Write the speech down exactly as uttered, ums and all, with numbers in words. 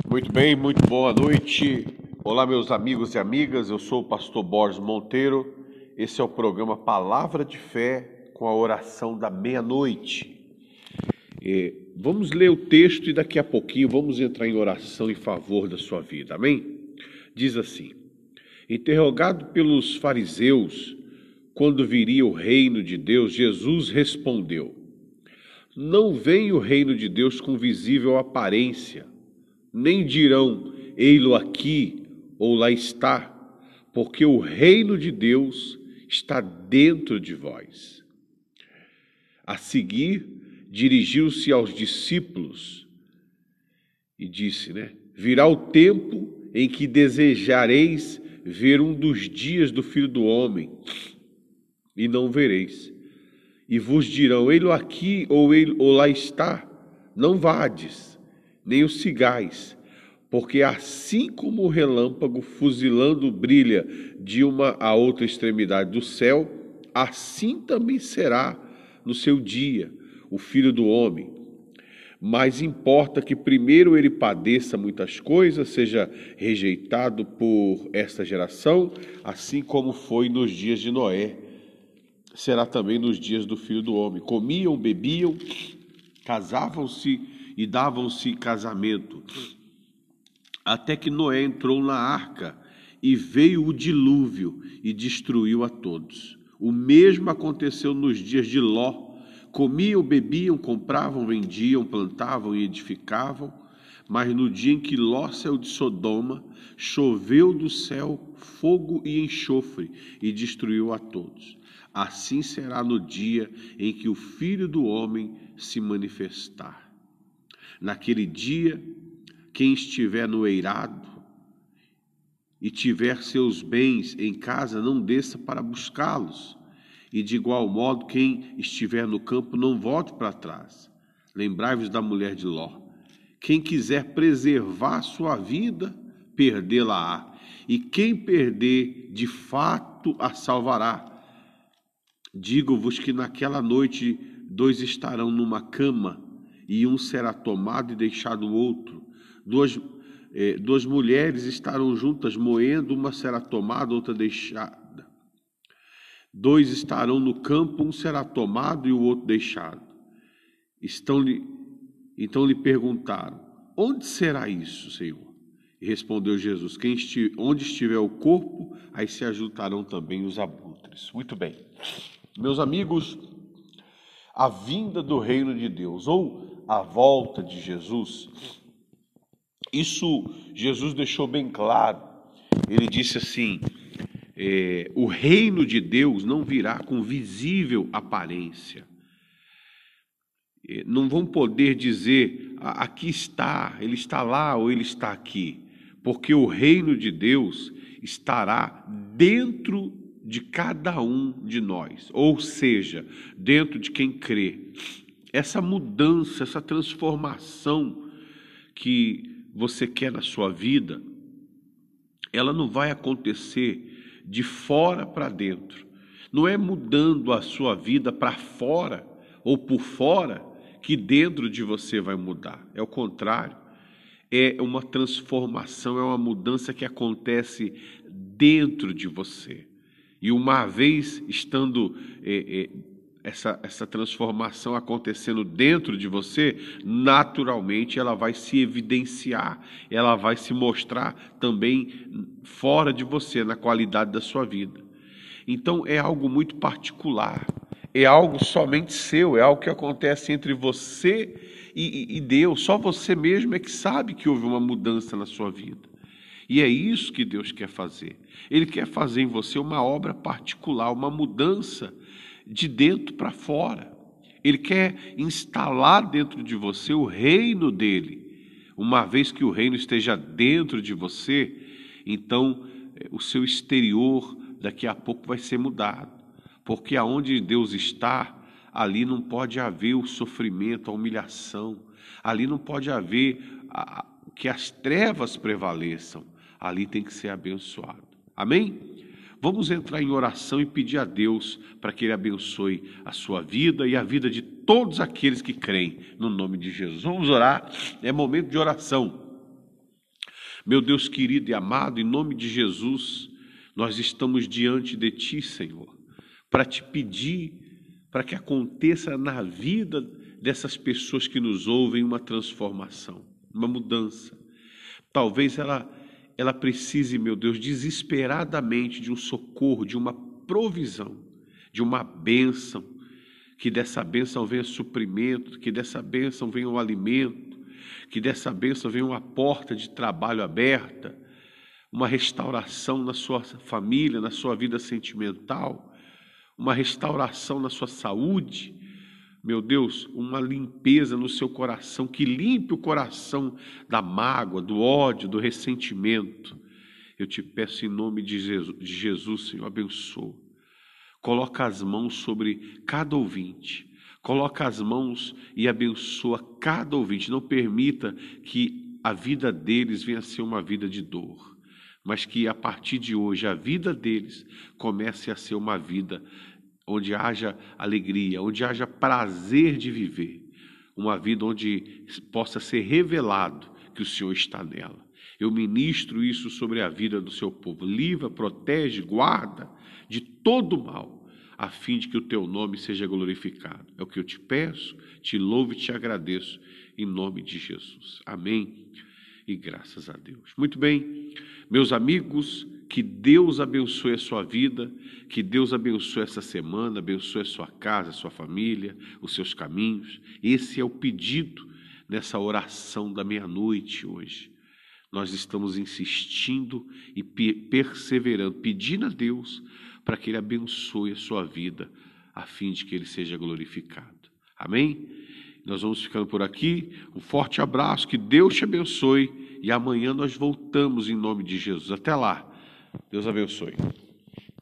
Muito bem, muito boa noite. Olá, meus amigos e amigas. Eu sou o pastor Borges Monteiro. Esse é o programa Palavra de Fé com a oração da meia-noite. É, vamos ler o texto e daqui a pouquinho vamos entrar em oração em favor da sua vida. Amém? Diz assim: interrogado pelos fariseus quando viria o reino de Deus, Jesus respondeu: não vem o reino de Deus com visível aparência, nem dirão, ei-lo aqui ou lá está, porque o reino de Deus está dentro de vós. A seguir, dirigiu-se aos discípulos e disse, né? Virá o tempo em que desejareis ver um dos dias do Filho do Homem, e não vereis. E vos dirão, ei-lo aqui ou, ele, ou lá está, não vades, nem o sigais, porque assim como o relâmpago fuzilando brilha de uma a outra extremidade do céu, assim também será no seu dia o Filho do Homem. Mas importa que primeiro ele padeça muitas coisas, seja rejeitado por esta geração, assim como foi nos dias de Noé, será também nos dias do Filho do Homem. Comiam, bebiam, casavam-se e davam-se casamento, até que Noé entrou na arca e veio o dilúvio e destruiu a todos. O mesmo aconteceu nos dias de Ló. Comiam, bebiam, compravam, vendiam, plantavam e edificavam, mas no dia em que Ló saiu de Sodoma, choveu do céu fogo e enxofre e destruiu a todos. Assim será no dia em que o Filho do Homem se manifestar. Naquele dia, quem estiver no eirado e tiver seus bens em casa, não desça para buscá-los. E de igual modo, quem estiver no campo, não volte para trás. Lembrai-vos da mulher de Ló. Quem quiser preservar sua vida, perdê-la-á. E quem perder, de fato a salvará. Digo-vos que naquela noite dois estarão numa cama, e um será tomado e deixado o outro. Duas, eh, duas mulheres estarão juntas moendo, uma será tomada, outra deixada. Dois estarão no campo, um será tomado e o outro deixado. Estão-lhe, então lhe perguntaram, onde será isso, Senhor? E respondeu Jesus, Quem esti, onde estiver o corpo, aí se ajuntarão também os abutres. Muito bem. Meus amigos, a vinda do reino de Deus, ou a volta de Jesus, isso Jesus deixou bem claro. Ele disse assim, é, o reino de Deus não virá com visível aparência. É, não vão poder dizer, aqui está, ele está lá ou ele está aqui, porque o reino de Deus estará dentro de cada um de nós, ou seja, dentro de quem crê. Essa mudança, essa transformação que você quer na sua vida, ela não vai acontecer de fora para dentro. Não é mudando a sua vida para fora ou por fora que dentro de você vai mudar. É o contrário. É uma transformação, é uma mudança que acontece dentro de você. E uma vez estando é, é, essa, essa transformação acontecendo dentro de você, naturalmente ela vai se evidenciar, ela vai se mostrar também fora de você, na qualidade da sua vida. Então é algo muito particular, é algo somente seu, é algo que acontece entre você e, e Deus. Só você mesmo é que sabe que houve uma mudança na sua vida. E é isso que Deus quer fazer. Ele quer fazer em você uma obra particular, uma mudança de dentro para fora. Ele quer instalar dentro de você o reino dele. Uma vez que o reino esteja dentro de você, então o seu exterior daqui a pouco vai ser mudado. Porque aonde Deus está, ali não pode haver o sofrimento, a humilhação. Ali não pode haver a, que as trevas prevaleçam. Ali tem que ser abençoado. Amém? Vamos entrar em oração e pedir a Deus para que Ele abençoe a sua vida e a vida de todos aqueles que creem no nome de Jesus. Vamos orar, é momento de oração. Meu Deus querido e amado, em nome de Jesus, nós estamos diante de Ti, Senhor, para Te pedir para que aconteça na vida dessas pessoas que nos ouvem uma transformação, uma mudança. Talvez ela, ela precise, meu Deus, desesperadamente de um socorro, de uma provisão, de uma bênção, que dessa bênção venha suprimento, que dessa bênção venha o alimento, que dessa bênção venha uma porta de trabalho aberta, uma restauração na sua família, na sua vida sentimental, uma restauração na sua saúde, meu Deus, uma limpeza no seu coração, que limpe o coração da mágoa, do ódio, do ressentimento. Eu te peço em nome de Jesus, de Jesus, Senhor, abençoa. Coloca as mãos sobre cada ouvinte, coloca as mãos e abençoa cada ouvinte. Não permita que a vida deles venha a ser uma vida de dor, mas que a partir de hoje a vida deles comece a ser uma vida onde haja alegria, onde haja prazer de viver, uma vida onde possa ser revelado que o Senhor está nela. Eu ministro isso sobre a vida do seu povo. Livra, protege, guarda de todo mal, a fim de que o teu nome seja glorificado. É o que eu te peço, te louvo e te agradeço, em nome de Jesus. Amém. E graças a Deus. Muito bem, meus amigos, que Deus abençoe a sua vida, que Deus abençoe essa semana, abençoe a sua casa, a sua família, os seus caminhos. Esse é o pedido nessa oração da meia-noite hoje. Nós estamos insistindo e perseverando, pedindo a Deus para que Ele abençoe a sua vida, a fim de que Ele seja glorificado. Amém? Nós vamos ficando por aqui. Um forte abraço, que Deus te abençoe. E amanhã nós voltamos em nome de Jesus. Até lá. Deus abençoe.